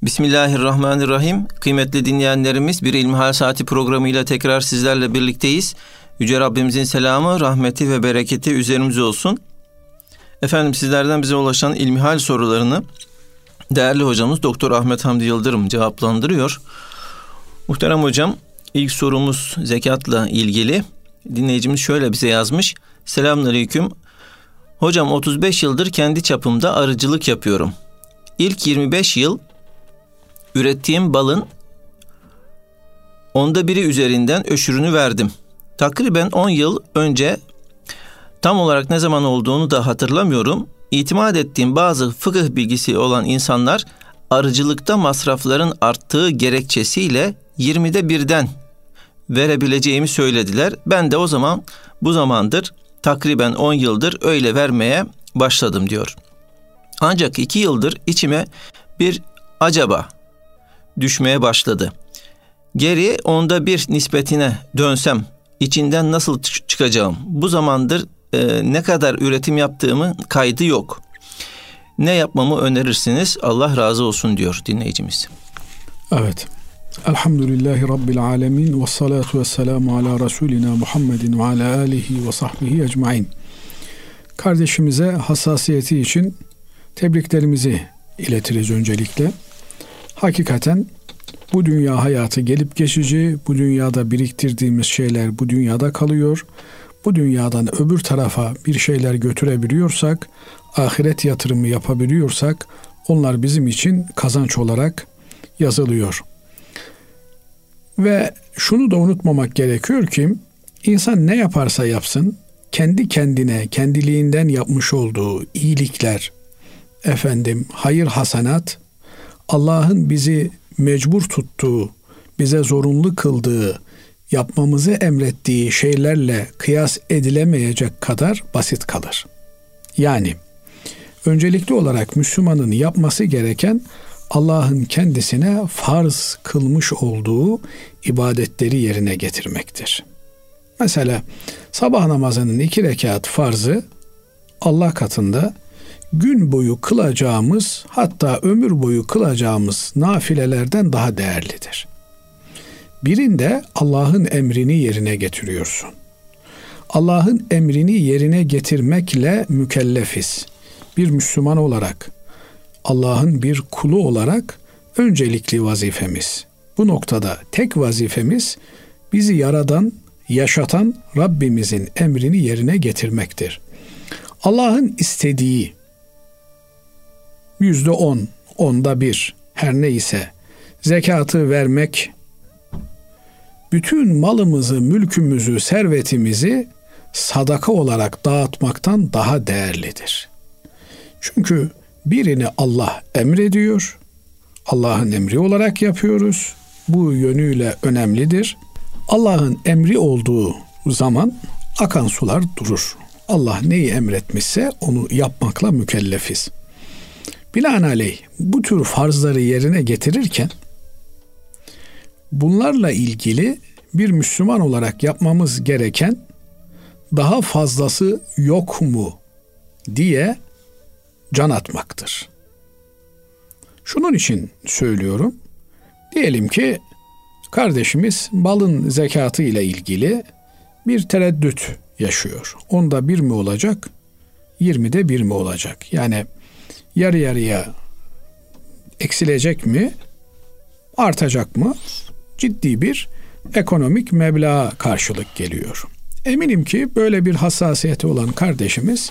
Bismillahirrahmanirrahim. Kıymetli dinleyenlerimiz, bir İlmihal Saati programıyla tekrar sizlerle birlikteyiz. Yüce Rabbimizin selamı, rahmeti ve bereketi üzerimize olsun. Efendim, sizlerden bize ulaşan İlmihal sorularını değerli hocamız Doktor Ahmet Hamdi Yıldırım cevaplandırıyor. Muhterem hocam, ilk sorumuz zekatla ilgili. Dinleyicimiz şöyle bize yazmış. Selamünaleyküm. Hocam, 35 yıldır kendi çapımda arıcılık yapıyorum. İlk 25 yıl ürettiğim balın 1/10 üzerinden öşürünü verdim. Takriben 10 yıl önce, tam olarak ne zaman olduğunu da hatırlamıyorum, itimat ettiğim bazı fıkıh bilgisi olan insanlar arıcılıkta masrafların arttığı gerekçesiyle 1/20'den verebileceğimi söylediler. Ben de bu zamandır takriben 10 yıldır öyle vermeye başladım diyor. Ancak 2 yıldır içime bir acaba düşmeye başladı. Geri 1/10 nispetine dönsem içinden nasıl çıkacağım? Bu zamandır ne kadar üretim yaptığımın kaydı yok. Ne yapmamı önerirsiniz? Allah razı olsun diyor dinleyicimiz. Evet. Elhamdülillahi Rabbil alemin ve salatu ve selamu ala Resulina Muhammedin ve ala alihi ve sahbihi ecmain. Kardeşimize hassasiyeti için tebriklerimizi iletiriz öncelikle. Hakikaten bu dünya hayatı gelip geçici, bu dünyada biriktirdiğimiz şeyler bu dünyada kalıyor. Bu dünyadan öbür tarafa bir şeyler götürebiliyorsak, ahiret yatırımı yapabiliyorsak, onlar bizim için kazanç olarak yazılıyor. Ve şunu da unutmamak gerekiyor ki, insan ne yaparsa yapsın, kendi kendine, kendiliğinden yapmış olduğu iyilikler, hayır hasenat, Allah'ın bizi mecbur tuttuğu, bize zorunlu kıldığı, yapmamızı emrettiği şeylerle kıyas edilemeyecek kadar basit kalır. Yani öncelikli olarak Müslümanın yapması gereken, Allah'ın kendisine farz kılmış olduğu ibadetleri yerine getirmektir. Mesela sabah namazının 2 rekat farzı Allah katında gün boyu kılacağımız, hatta ömür boyu kılacağımız nafilelerden daha değerlidir. Birinde Allah'ın emrini yerine getiriyorsun. Allah'ın emrini yerine getirmekle mükellefiz. Bir Müslüman olarak, Allah'ın bir kulu olarak öncelikli vazifemiz. Bu noktada tek vazifemiz bizi yaradan, yaşatan Rabbimizin emrini yerine getirmektir. Allah'ın istediği 10%, 1/10 her neyse zekatı vermek, bütün malımızı, mülkümüzü, servetimizi sadaka olarak dağıtmaktan daha değerlidir. Çünkü birini Allah emrediyor, Allah'ın emri olarak yapıyoruz. Bu yönüyle önemlidir. Allah'ın emri olduğu zaman akan sular durur. Allah neyi emretmişse onu yapmakla mükellefiz. Binaenaleyh bu tür farzları yerine getirirken bunlarla ilgili bir Müslüman olarak yapmamız gereken daha fazlası yok mu diye can atmaktır. Şunun için söylüyorum. Diyelim ki kardeşimiz balın zekatı ile ilgili bir tereddüt yaşıyor. 1/10 mi olacak? 1/20 mi olacak? Yani yarı yarıya eksilecek mi? Artacak mı? Ciddi bir ekonomik meblağa karşılık geliyor. Eminim ki böyle bir hassasiyeti olan kardeşimiz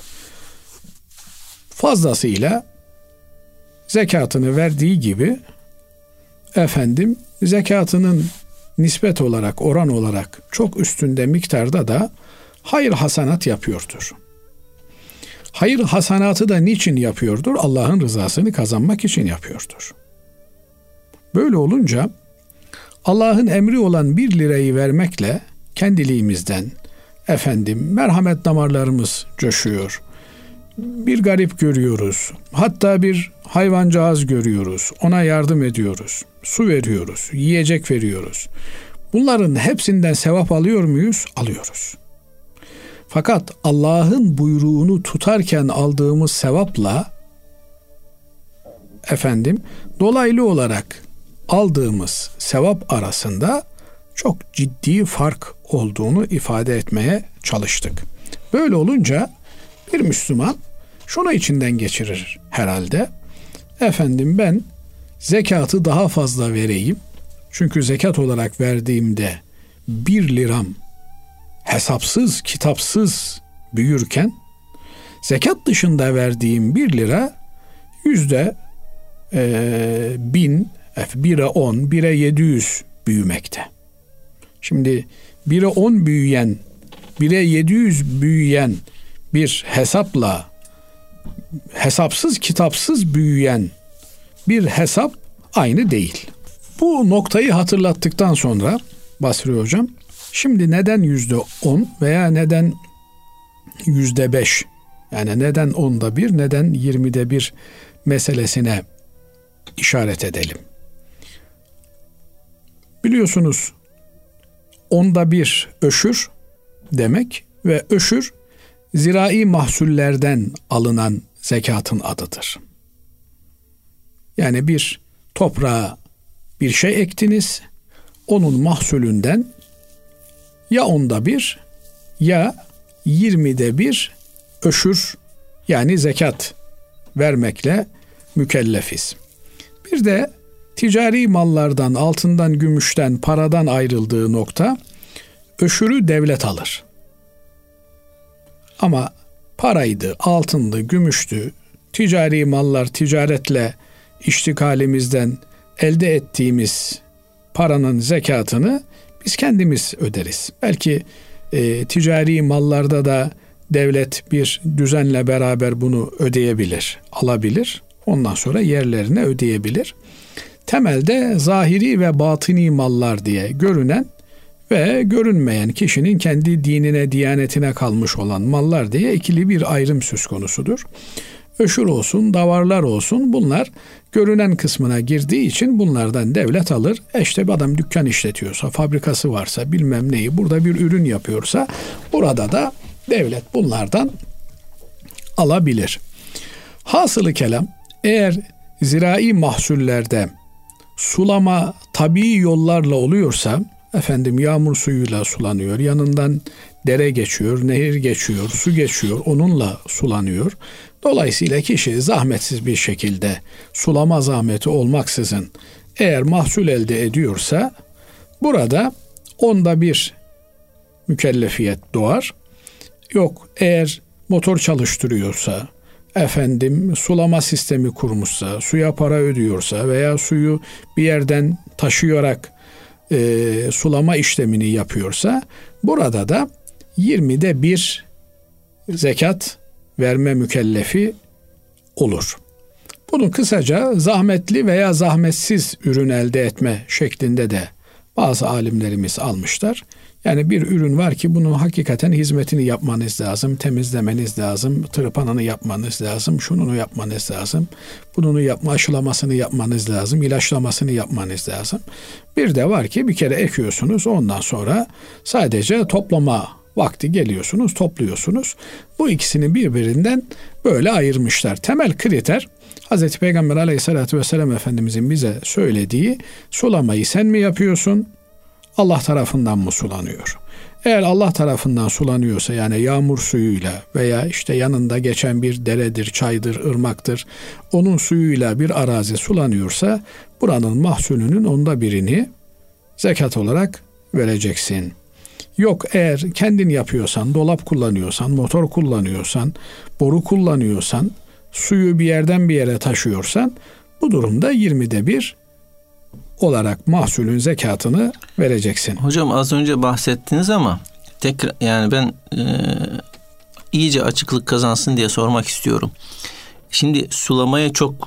fazlasıyla zekatını verdiği gibi zekatının nispet olarak, oran olarak çok üstünde miktarda da hayır hasanat yapıyordur. Hayır hasanatı da niçin yapıyordur? Allah'ın rızasını kazanmak için yapıyordur. Böyle olunca Allah'ın emri olan 1 lirayı vermekle kendiliğimizden merhamet damarlarımız coşuyor. Bir garip görüyoruz. Hatta bir hayvancağız görüyoruz. Ona yardım ediyoruz. Su veriyoruz. Yiyecek veriyoruz. Bunların hepsinden sevap alıyor muyuz? Alıyoruz. Fakat Allah'ın buyruğunu tutarken aldığımız sevapla dolaylı olarak aldığımız sevap arasında çok ciddi fark olduğunu ifade etmeye çalıştık. Böyle olunca bir Müslüman şunu içinden geçirir herhalde. Ben zekatı daha fazla vereyim. Çünkü zekat olarak verdiğimde 1 liram hesapsız, kitapsız büyürken zekat dışında verdiğim 1 lira %1000, 1'e 10, 1'e 700 büyümekte. Şimdi 1'e 10 büyüyen, 1'e 700 büyüyen bir hesapla hesapsız, kitapsız büyüyen bir hesap aynı değil. Bu noktayı hatırlattıktan sonra Basri Hocam, şimdi neden %10 veya neden %5, yani neden 10'da 1, neden 20'de 1 meselesine işaret edelim. Biliyorsunuz 10'da 1 öşür demek ve öşür zirai mahsullerden alınan zekatın adıdır. Yani bir toprağa bir şey ektiniz, onun mahsulünden ya 10'da 1 ya 20'de 1 öşür, yani zekat vermekle mükellefiz. Bir de ticari mallardan, altından, gümüşten, paradan ayrıldığı nokta, öşürü devlet alır. Ama paraydı, altındı, gümüştü, ticari mallar, ticaretle iştikalimizden elde ettiğimiz paranın zekatını biz kendimiz öderiz. Belki ticari mallarda da devlet bir düzenle beraber bunu ödeyebilir, alabilir. Ondan sonra yerlerine ödeyebilir. Temelde zahiri ve batini mallar diye görünen ve görünmeyen, kişinin kendi dinine, diyanetine kalmış olan mallar diye ikili bir ayrım söz konusudur. Öşür olsun, davarlar olsun, bunlar görünen kısmına girdiği için bunlardan devlet alır. İşte bir adam dükkan işletiyorsa, fabrikası varsa, bilmem neyi, burada bir ürün yapıyorsa, burada da devlet bunlardan alabilir. Hasılı kelam, eğer zirai mahsullerde sulama tabii yollarla oluyorsa, yağmur suyuyla sulanıyor, yanından dere geçiyor, nehir geçiyor, su geçiyor, onunla sulanıyor. Dolayısıyla kişi zahmetsiz bir şekilde, sulama zahmeti olmaksızın eğer mahsul elde ediyorsa, burada 10'da 1 mükellefiyet doğar. Yok, eğer motor çalıştırıyorsa, sulama sistemi kurmuşsa, suya para ödüyorsa veya suyu bir yerden taşıyarak sulama işlemini yapıyorsa, burada da 20'de 1 zekat verme mükellefi olur. Bunu kısaca zahmetli veya zahmetsiz ürün elde etme şeklinde de bazı alimlerimiz almışlar. Yani bir ürün var ki bunun hakikaten hizmetini yapmanız lazım, temizlemeniz lazım, tırpanını yapmanız lazım, şununu yapmanız lazım, bununu aşılamasını yapmanız lazım, ilaçlamasını yapmanız lazım. Bir de var ki bir kere ekiyorsunuz, ondan sonra sadece toplama vakti geliyorsunuz, topluyorsunuz. Bu ikisini birbirinden böyle ayırmışlar. Temel kriter, Hz. Peygamber Aleyhisselatü Vesselam Efendimizin bize söylediği, sulamayı sen mi yapıyorsun, Allah tarafından mı sulanıyor? Eğer Allah tarafından sulanıyorsa, yani yağmur suyuyla veya işte yanında geçen bir deredir, çaydır, ırmaktır, onun suyuyla bir arazi sulanıyorsa, buranın mahsulünün 10'da 1'ini zekat olarak vereceksin. Yok, eğer kendin yapıyorsan, dolap kullanıyorsan, motor kullanıyorsan, boru kullanıyorsan, suyu bir yerden bir yere taşıyorsan, bu durumda 20'de 1 olarak mahsulün zekatını vereceksin. Hocam az önce bahsettiniz ama tekrar, yani ben iyice açıklık kazansın diye sormak istiyorum. Şimdi sulamaya çok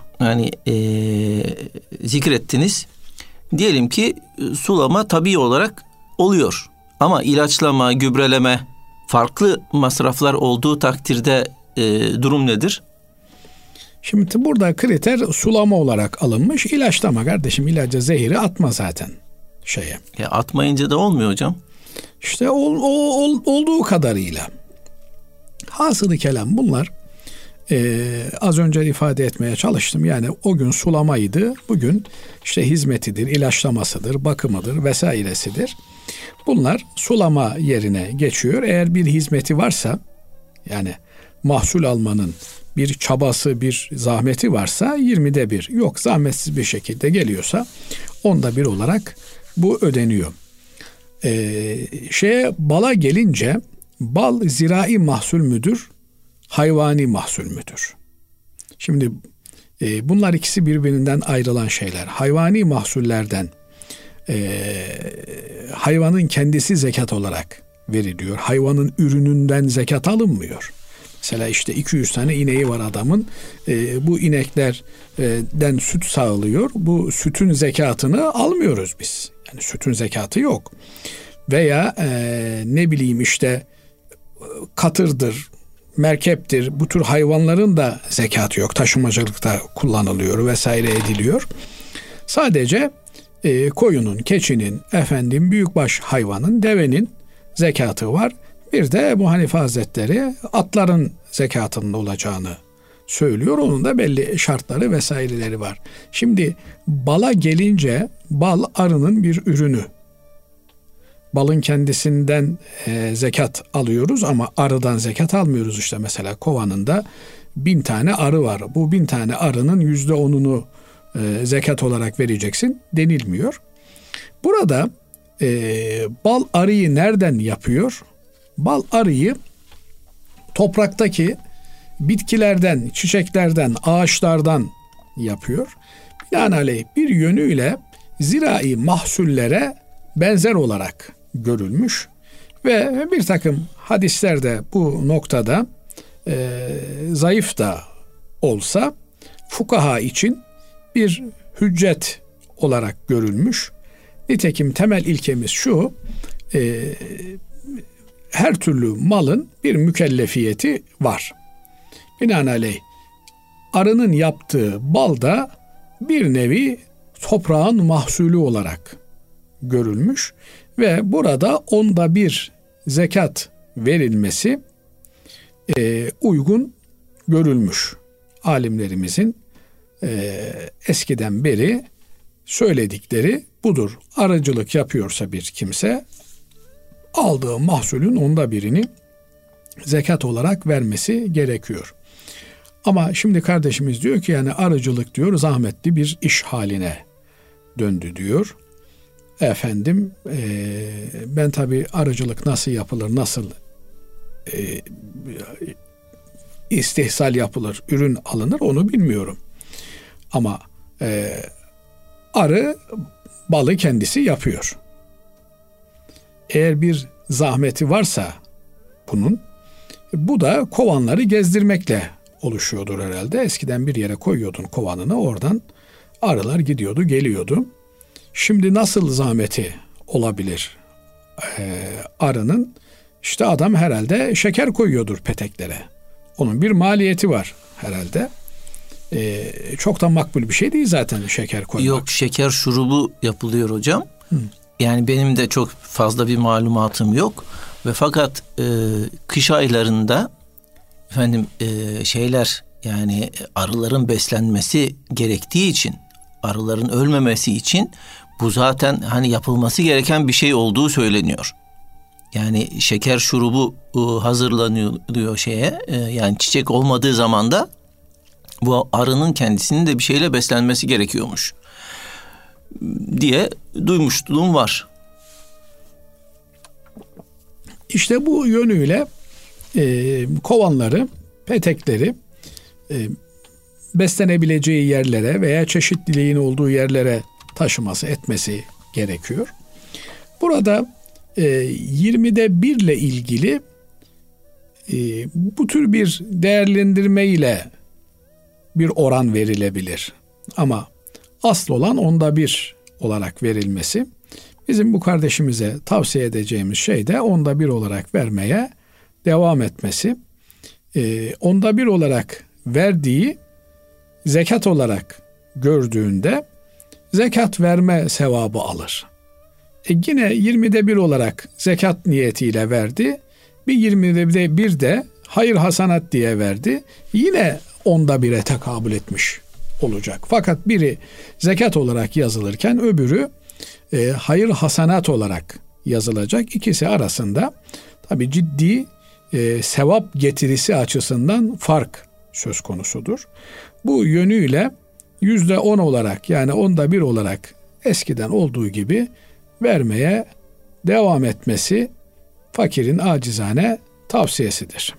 zikrettiniz. Diyelim ki sulama tabii olarak oluyor. Ama ilaçlama, gübreleme, farklı masraflar olduğu takdirde durum nedir? Şimdi burada kriter sulama olarak alınmış. İlaçlama kardeşim, ilaca zehiri atma zaten şeye. Atmayınca da olmuyor hocam. İşte olduğu kadarıyla. Hasılı kelam bunlar Az önce ifade etmeye çalıştım. Yani o gün sulamaydı, bugün işte hizmetidir, ilaçlamasıdır, bakımıdır vesairesidir. Bunlar sulama yerine geçiyor. Eğer bir hizmeti varsa, yani mahsul almanın bir çabası, bir zahmeti varsa 20'de 1. Yok, zahmetsiz bir şekilde geliyorsa 10'da 1 olarak bu ödeniyor. Bala gelince, bal zirai mahsul müdür, hayvani mahsul müdür? Şimdi bunlar ikisi birbirinden ayrılan şeyler. Hayvani mahsullerden hayvanın kendisi zekat olarak veriliyor. Hayvanın ürününden zekat alınmıyor. Mesela işte 200 tane ineği var adamın. Bu ineklerden süt sağlıyor. Bu sütün zekatını almıyoruz biz. Yani sütün zekatı yok. Veya ne bileyim işte katırdır, merkeptir, bu tür hayvanların da zekatı yok. Taşımacılıkta kullanılıyor vesaire ediliyor. Sadece koyunun, keçinin, büyükbaş hayvanın, devenin zekatı var. Bir de Ebu Hanife Hazretleri atların zekatının olacağını söylüyor. Onun da belli şartları vesaireleri var. Şimdi bala gelince, bal arının bir ürünü. Balın kendisinden zekat alıyoruz ama arıdan zekat almıyoruz. İşte mesela kovanında 1000 tane arı var. Bu 1000 tane arının %10'unu zekat olarak vereceksin denilmiyor. Burada bal arıyı nereden yapıyor? Bal arıyı topraktaki bitkilerden, çiçeklerden, ağaçlardan yapıyor. Binaenaleyh bir yönüyle zirai mahsullere benzer olarak görülmüş ve bir takım hadislerde bu noktada zayıf da olsa fukaha için bir hüccet olarak görülmüş. Nitekim temel ilkemiz şu: her türlü malın bir mükellefiyeti var. Binaenaleyh arının yaptığı bal da bir nevi toprağın mahsulü olarak görülmüş ve burada 10'da 1 zekat verilmesi uygun görülmüş. Alimlerimizin eskiden beri söyledikleri budur. Arıcılık yapıyorsa bir kimse, aldığı mahsulün 10'da 1'ini zekat olarak vermesi gerekiyor. Ama şimdi kardeşimiz diyor ki yani arıcılık diyor zahmetli bir iş haline döndü diyor. Ben tabii arıcılık nasıl yapılır, nasıl istihsal yapılır, ürün alınır onu bilmiyorum. Ama arı balı kendisi yapıyor. Eğer bir zahmeti varsa bunun, bu da kovanları gezdirmekle oluşuyordur herhalde. Eskiden bir yere koyuyordun kovanını, oradan arılar gidiyordu, geliyordu. Şimdi nasıl zahmeti olabilir arının? İşte adam herhalde şeker koyuyordur peteklere. Onun bir maliyeti var herhalde. Çok da makbul bir şey değil zaten şeker koymak. Yok, şeker şurubu yapılıyor hocam. Yani benim de çok fazla bir malumatım yok. Ve fakat kış aylarında yani arıların beslenmesi gerektiği için, arıların ölmemesi için bu zaten hani yapılması gereken bir şey olduğu söyleniyor. Yani şeker şurubu hazırlanıyor yani çiçek olmadığı zaman da bu arının kendisinin de bir şeyle beslenmesi gerekiyormuş diye duymuşluğum var. İşte bu yönüyle kovanları, petekleri beslenebileceği yerlere veya çeşitliliğin olduğu yerlere taşıması, etmesi gerekiyor. Burada 20'de 1 ile ilgili bu tür bir değerlendirme ile bir oran verilebilir. Ama asıl olan 10'da 1 olarak verilmesi. Bizim bu kardeşimize tavsiye edeceğimiz şey de 10'da 1 olarak vermeye devam etmesi. 10'da 1 olarak verdiği zekat olarak gördüğünde zekat verme sevabı alır. Yine 20'de 1 olarak zekat niyetiyle verdi. Bir 20'de 1 de hayır hasanat diye verdi. Yine 1/10'e tekabül etmiş olacak. Fakat biri zekat olarak yazılırken öbürü hayır hasanat olarak yazılacak. İkisi arasında tabii ciddi sevap getirisi açısından fark söz konusudur. Bu yönüyle %10 olarak, yani 1/10 olarak eskiden olduğu gibi vermeye devam etmesi fakirin acizane tavsiyesidir.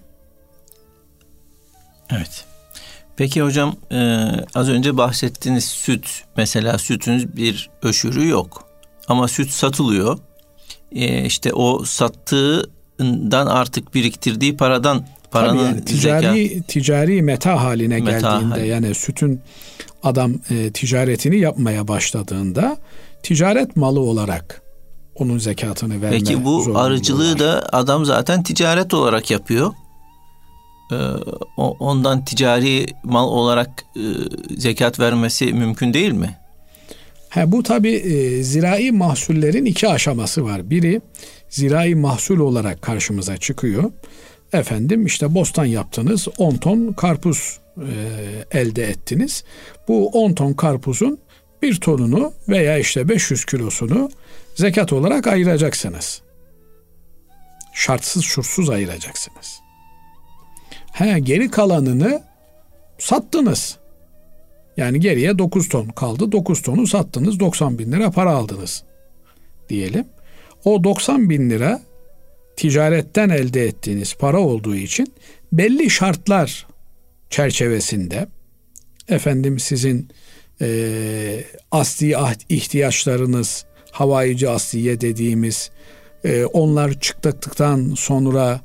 Evet. Peki hocam, az önce bahsettiğiniz süt, mesela sütün bir öşürü yok ama süt satılıyor. İşte o sattığından artık biriktirdiği paranın yani ticari meta haline geldiğinde, yani sütün adam ticaretini yapmaya başladığında ticaret malı olarak onun zekatını verme. Peki bu arıcılığı da adam zaten ticaret olarak yapıyor. Ondan ticari mal olarak zekat vermesi mümkün değil mi? Bu tabi zirai mahsullerin 2 aşaması var. Biri zirai mahsul olarak karşımıza çıkıyor. Efendim işte bostan yaptınız, 10 ton karpuz elde ettiniz. Bu 10 ton karpuzun 1 tonunu veya işte 500 kilosunu zekat olarak ayıracaksınız. Şartsız şurtsuz ayıracaksınız. Geri kalanını sattınız. Yani geriye 9 ton kaldı. 9 tonu sattınız. 90 bin lira para aldınız diyelim. O 90 bin lira ticaretten elde ettiğiniz para olduğu için belli şartlar çerçevesinde efendim sizin asli ihtiyaçlarınız, havaici asliye dediğimiz onlar çıktıktan sonra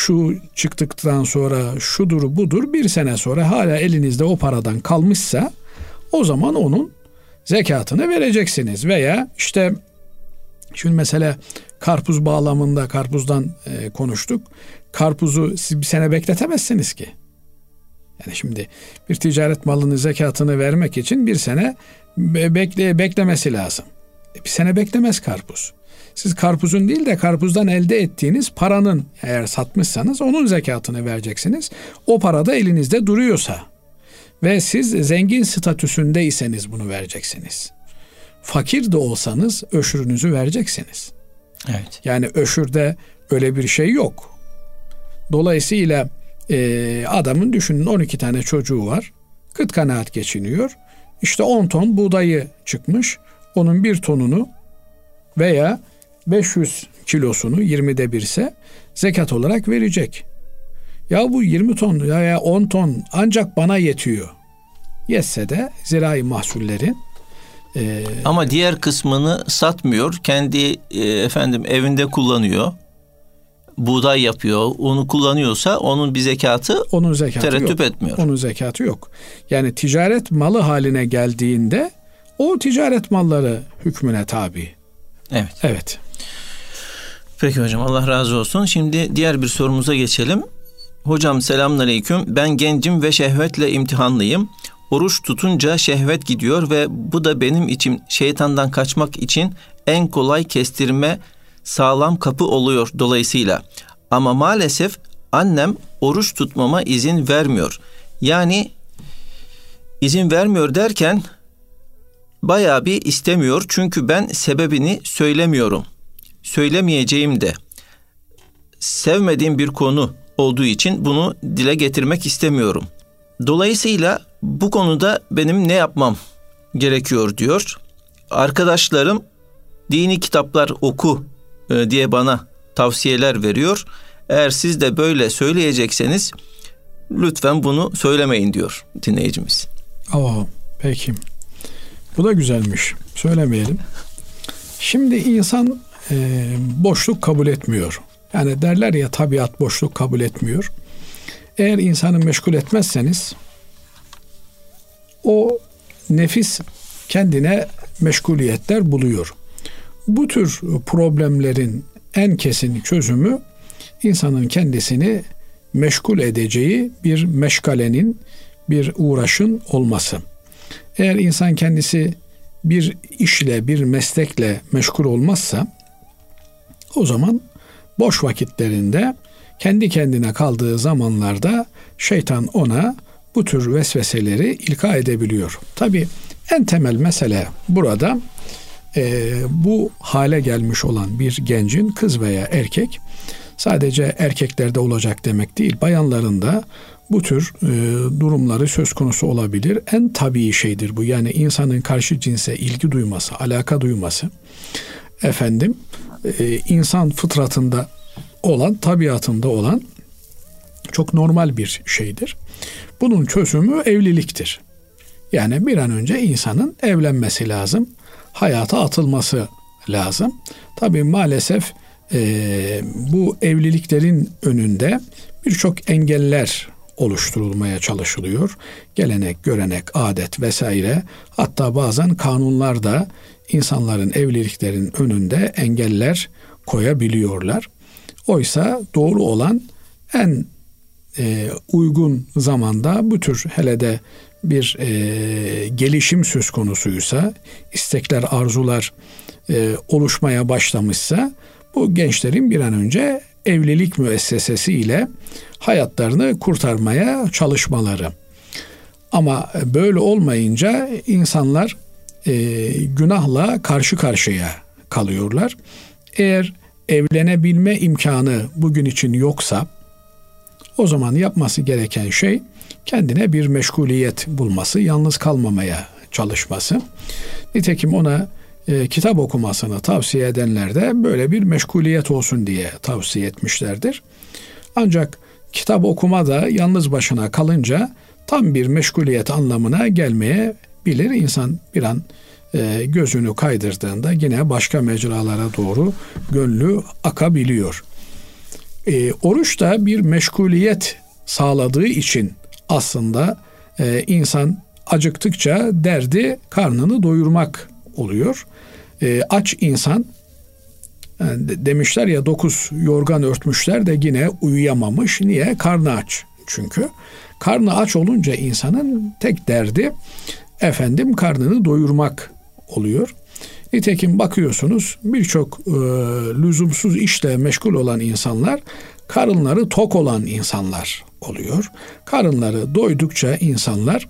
şudur budur, 1 sene sonra hala elinizde o paradan kalmışsa o zaman onun zekatını vereceksiniz. Veya işte şimdi mesela karpuz bağlamında karpuzdan konuştuk. Karpuzu siz 1 sene bekletemezsiniz ki. Yani şimdi bir ticaret malının zekatını vermek için 1 sene beklemesi lazım. 1 sene beklemez karpuz. Siz karpuzun değil de karpuzdan elde ettiğiniz paranın, eğer satmışsanız onun zekatını vereceksiniz. O para da elinizde duruyorsa ve siz zengin statüsündeyseniz bunu vereceksiniz. Fakir de olsanız öşürünüzü vereceksiniz. Evet. Yani öşürde öyle bir şey yok. Dolayısıyla adamın düşünün 12 tane çocuğu var. Kıt kanaat geçiniyor. İşte 10 ton buğdayı çıkmış. Onun 1 tonunu veya 500 kilosunu 20'de 1'se zekat olarak verecek. Ya bu 20 ton ya 10 ton ancak bana yetiyor. Yetse de zirai mahsullerin ama diğer kısmını satmıyor. Kendi evinde kullanıyor. Buğday yapıyor. Onu kullanıyorsa onun bir zekatı tereddüt etmiyor. Onun zekatı yok. Yani ticaret malı haline geldiğinde o ticaret malları hükmüne tabi. Evet. Peki hocam, Allah razı olsun. Şimdi diğer bir sorumuza geçelim. Hocam selamünaleyküm. Ben gencim ve şehvetle imtihanlıyım. Oruç tutunca şehvet gidiyor ve bu da benim için şeytandan kaçmak için en kolay kestirme sağlam kapı oluyor dolayısıyla. Ama maalesef annem oruç tutmama izin vermiyor. Yani izin vermiyor derken bayağı bir istemiyor. Çünkü ben sebebini söylemiyorum. Söylemeyeceğim de. Sevmediğim bir konu olduğu için bunu dile getirmek istemiyorum. Dolayısıyla bu konuda benim ne yapmam gerekiyor diyor. Arkadaşlarım dini kitaplar oku diye bana tavsiyeler veriyor. Eğer siz de böyle söyleyecekseniz lütfen bunu söylemeyin diyor dinleyicimiz. Peki. Bu da güzelmiş. Söylemeyelim. Şimdi insan boşluk kabul etmiyor. Yani derler ya, tabiat boşluk kabul etmiyor. Eğer insanı meşgul etmezseniz o nefis kendine meşguliyetler buluyor. Bu tür problemlerin en kesin çözümü insanın kendisini meşgul edeceği bir meşgalenin, bir uğraşın olması. Eğer insan kendisi bir işle, bir meslekle meşgul olmazsa o zaman boş vakitlerinde kendi kendine kaldığı zamanlarda şeytan ona bu tür vesveseleri ilka edebiliyor. Tabii en temel mesele burada bu hale gelmiş olan bir gencin, kız veya erkek, sadece erkeklerde olacak demek değil, bayanların da bu tür durumları söz konusu olabilir. En tabii şeydir bu. Yani insanın karşı cinse ilgi duyması, alaka duyması, insan fıtratında olan, tabiatında olan çok normal bir şeydir. Bunun çözümü evliliktir. Yani bir an önce insanın evlenmesi lazım. Hayata atılması lazım. Tabii maalesef bu evliliklerin önünde birçok engeller oluşturulmaya çalışılıyor. Gelenek, görenek, adet vesaire, hatta bazen kanunlar da insanların evliliklerin önünde engeller koyabiliyorlar. Oysa doğru olan en uygun zamanda bu tür, hele de bir gelişim söz konusuysa, istekler, arzular oluşmaya başlamışsa, bu gençlerin bir an önce evlilik müessesesi ile hayatlarını kurtarmaya çalışmaları. Ama böyle olmayınca insanlar günahla karşı karşıya kalıyorlar. Eğer evlenebilme imkanı bugün için yoksa, o zaman yapması gereken şey kendine bir meşguliyet bulması, yalnız kalmamaya çalışması. Nitekim ona kitap okumasını tavsiye edenler de böyle bir meşguliyet olsun diye tavsiye etmişlerdir. Ancak kitap okuma da yalnız başına kalınca tam bir meşguliyet anlamına gelmeyebilir. İnsan bir an gözünü kaydırdığında yine başka mecralara doğru gönlü akabiliyor. Oruç da bir meşguliyet sağladığı için aslında insan acıktıkça derdi karnını doyurmak oluyor. Aç insan, demişler ya, 9 yorgan örtmüşler de yine uyuyamamış. Niye? Karnı aç. Çünkü karnı aç olunca insanın tek derdi karnını doyurmak oluyor. Nitekim bakıyorsunuz birçok lüzumsuz işle meşgul olan insanlar karınları tok olan insanlar oluyor. Karınları doydukça insanlar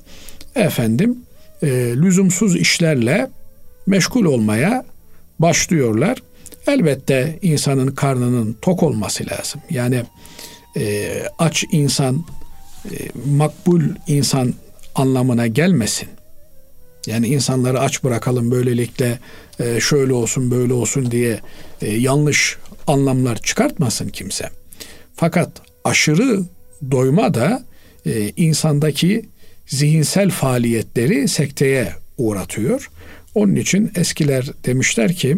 lüzumsuz işlerle meşgul olmaya başlıyorlar. Elbette insanın karnının tok olması lazım. Yani aç insan makbul insan anlamına gelmesin. Yani insanları aç bırakalım, böylelikle şöyle olsun böyle olsun diye yanlış anlamlar çıkartmasın kimse. Fakat aşırı doyma da insandaki zihinsel faaliyetleri sekteye uğratıyor. Onun için eskiler demişler ki,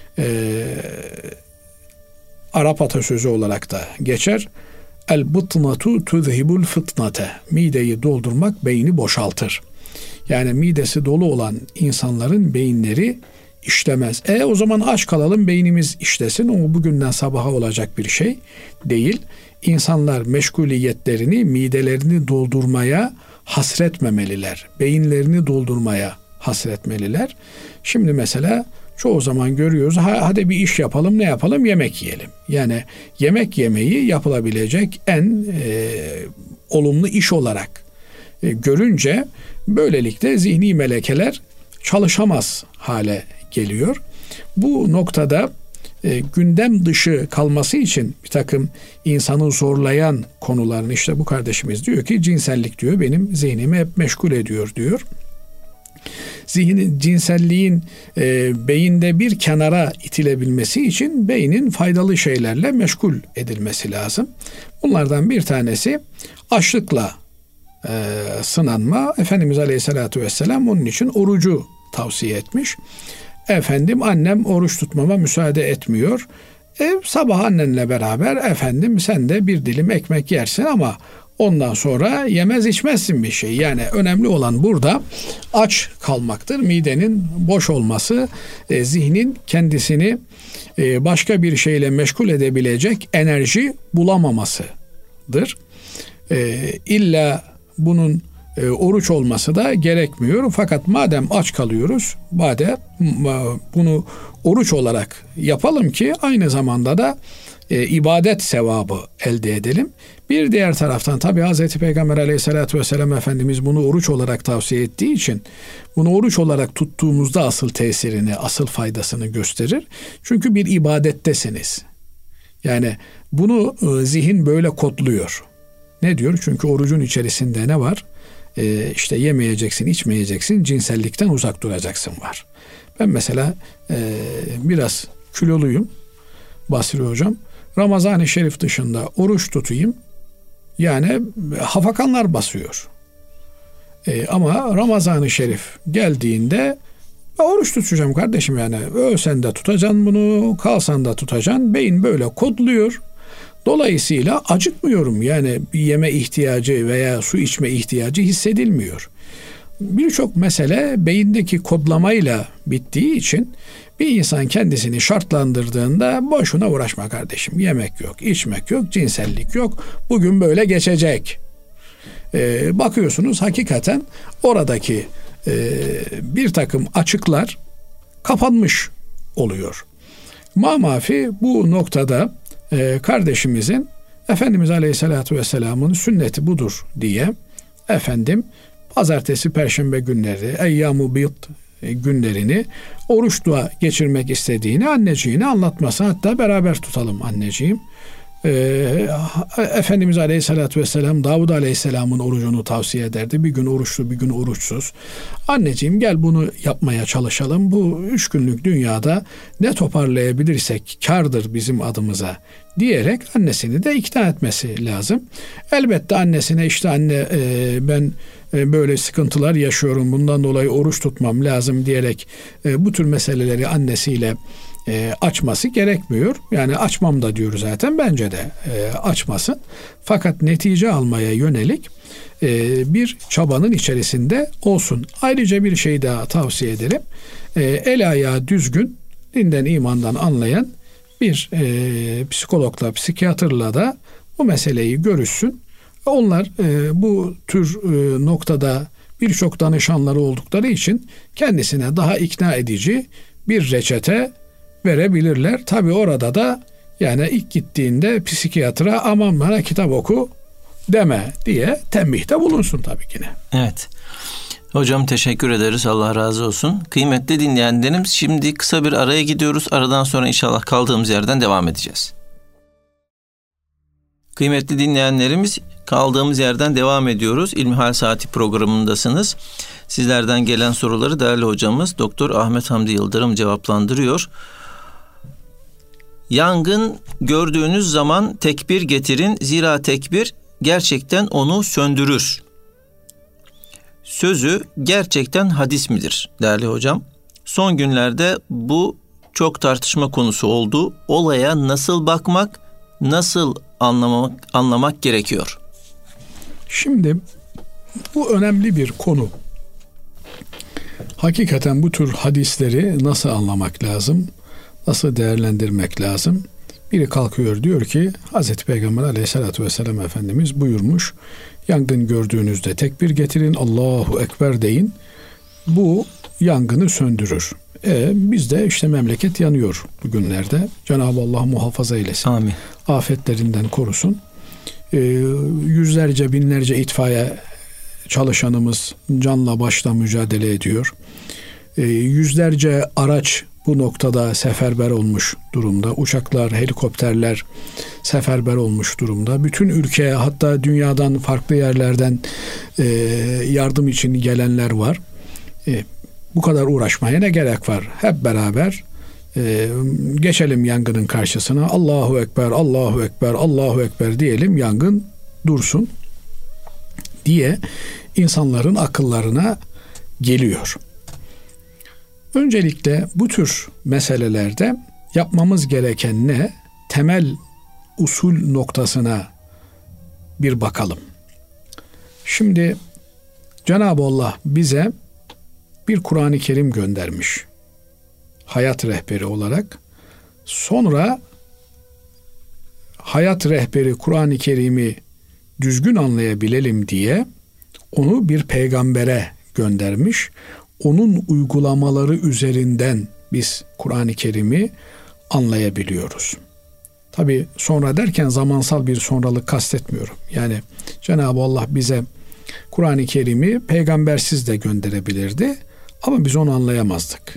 Arap atasözü olarak da geçer, el bıtnatu tuzhibul fıtnate, mideyi doldurmak beyni boşaltır. Yani midesi dolu olan insanların beyinleri işlemez. O zaman aç kalalım, beynimiz işlesin. O bugünden sabaha olacak bir şey değil. İnsanlar meşguliyetlerini, midelerini doldurmaya hasretmemeliler. Beyinlerini doldurmaya hasretmeliler. Şimdi mesela çoğu zaman görüyoruz, hadi bir iş yapalım, ne yapalım? Yemek yiyelim. Yani yemek yemeyi yapılabilecek en olumlu iş olarak görünce böylelikle zihni melekeler çalışamaz hale geliyor. Bu noktada gündem dışı kalması için bir takım insanı zorlayan konularını, işte bu kardeşimiz diyor ki cinsellik diyor benim zihnimi hep meşgul ediyor diyor. Cinselliğin beyinde bir kenara itilebilmesi için beynin faydalı şeylerle meşgul edilmesi lazım. Bunlardan bir tanesi açlıkla sınanma. Efendimiz Aleyhisselatü Vesselam onun için orucu tavsiye etmiş. Annem oruç tutmama müsaade etmiyor. Sabah annenle beraber sen de bir dilim ekmek yersin ama ondan sonra yemez içmezsin bir şey. Yani önemli olan burada aç kalmaktır. Midenin boş olması, zihnin kendisini başka bir şeyle meşgul edebilecek enerji bulamamasıdır. İlla bunun oruç olması da gerekmiyor. Fakat madem aç kalıyoruz, bunu oruç olarak yapalım ki aynı zamanda da ibadet sevabı elde edelim. Bir diğer taraftan tabi Hazreti Peygamber Aleyhisselatü Vesselam Efendimiz bunu oruç olarak tavsiye ettiği için bunu oruç olarak tuttuğumuzda asıl tesirini, asıl faydasını gösterir. Çünkü bir ibadettesiniz. Yani bunu zihin böyle kodluyor. Ne diyor? Çünkü orucun içerisinde ne var? İşte yemeyeceksin, içmeyeceksin, cinsellikten uzak duracaksın var. Ben mesela biraz kiloluyum Basri Hocam. Ramazan-ı Şerif dışında oruç tutayım. Yani hafakanlar basıyor. Ama Ramazan-ı Şerif geldiğinde oruç tutacağım kardeşim yani. Ölsen de tutacaksın bunu, kalsan da tutacaksın. Beyin böyle kodluyor. Dolayısıyla acıkmıyorum. Yani bir yeme ihtiyacı veya su içme ihtiyacı hissedilmiyor. Birçok mesele beyindeki kodlamayla bittiği için bir insan kendisini şartlandırdığında boşuna uğraşma kardeşim. Yemek yok, içmek yok, cinsellik yok. Bugün böyle geçecek. Bakıyorsunuz hakikaten oradaki bir takım açıklar kapanmış oluyor. Mamafi bu noktada kardeşimizin Efendimiz Aleyhisselatü Vesselam'ın sünneti budur diye pazartesi, perşembe günleri, eyyam-ı bid günlerini oruçla geçirmek istediğini anneciğine anlatması. Hatta beraber tutalım anneciğim. Efendimiz Aleyhisselatü Vesselam Davud Aleyhisselam'ın orucunu tavsiye ederdi. Bir gün oruçlu, bir gün oruçsuz. Anneciğim gel bunu yapmaya çalışalım. Bu 3 günlük dünyada ne toparlayabilirsek kârdır bizim adımıza diyerek annesini de ikna etmesi lazım. Elbette annesine işte anne ben böyle sıkıntılar yaşıyorum, bundan dolayı oruç tutmam lazım diyerek bu tür meseleleri annesiyle açması gerekmiyor. Yani açmam da diyor zaten, bence de açmasın. Fakat netice almaya yönelik bir çabanın içerisinde olsun. Ayrıca bir şey daha tavsiye ederim. El ayağı düzgün, dinden imandan anlayan bir psikologla, psikiyatrla da bu meseleyi görüşsün. Onlar bu tür noktada birçok danışanları oldukları için kendisine daha ikna edici bir reçete verebilirler. Tabii orada da yani ilk gittiğinde psikiyatra aman bana kitap oku deme diye tembihte bulunsun tabii ki. Evet. Hocam teşekkür ederiz. Allah razı olsun. Kıymetli dinleyenlerimiz, şimdi kısa bir araya gidiyoruz. Aradan sonra inşallah kaldığımız yerden devam edeceğiz. Kıymetli dinleyenlerimiz, kaldığımız yerden devam ediyoruz. İlmihal Saati programındasınız. Sizlerden gelen soruları değerli hocamız Doktor Ahmet Hamdi Yıldırım cevaplandırıyor. Yangın gördüğünüz zaman tekbir getirin. Zira tekbir gerçekten onu söndürür. Sözü gerçekten hadis midir değerli hocam? Son günlerde bu çok tartışma konusu oldu. Olaya nasıl bakmak, nasıl anlamak gerekiyor? Şimdi bu önemli bir konu. Hakikaten bu tür hadisleri nasıl anlamak lazım? Nasıl değerlendirmek lazım? Biri kalkıyor diyor ki Hazreti Peygamber Aleyhisselatü Vesselam Efendimiz buyurmuş, yangın gördüğünüzde tekbir getirin, Allahu Ekber deyin. Bu yangını söndürür. Bizde işte memleket yanıyor bugünlerde. Cenab-ı Allah muhafaza eylesin. Amin. Afetlerinden korusun. Yüzlerce, binlerce itfaiye çalışanımız canla başla mücadele ediyor. Yüzlerce araç bu noktada seferber olmuş durumda. Uçaklar, helikopterler seferber olmuş durumda. Bütün ülkeye, hatta dünyadan farklı yerlerden yardım için gelenler var. Bu kadar uğraşmaya ne gerek var? Hep beraber geçelim yangının karşısına. Allahu Ekber, Allahu Ekber, Allahu Ekber diyelim, yangın dursun diye insanların akıllarına geliyor. Öncelikle bu tür meselelerde yapmamız gereken ne? Temel usul noktasına bir bakalım. Şimdi Cenab-ı Allah bize bir Kur'an-ı Kerim göndermiş. Hayat rehberi olarak. Sonra hayat rehberi Kur'an-ı Kerim'i düzgün anlayabilelim diye onu bir peygambere göndermiş. Onun uygulamaları üzerinden biz Kur'an-ı Kerim'i anlayabiliyoruz. Tabi sonra derken zamansal bir sonralık kastetmiyorum. Yani Cenab-ı Allah bize Kur'an-ı Kerim'i peygambersiz de gönderebilirdi ama biz onu anlayamazdık.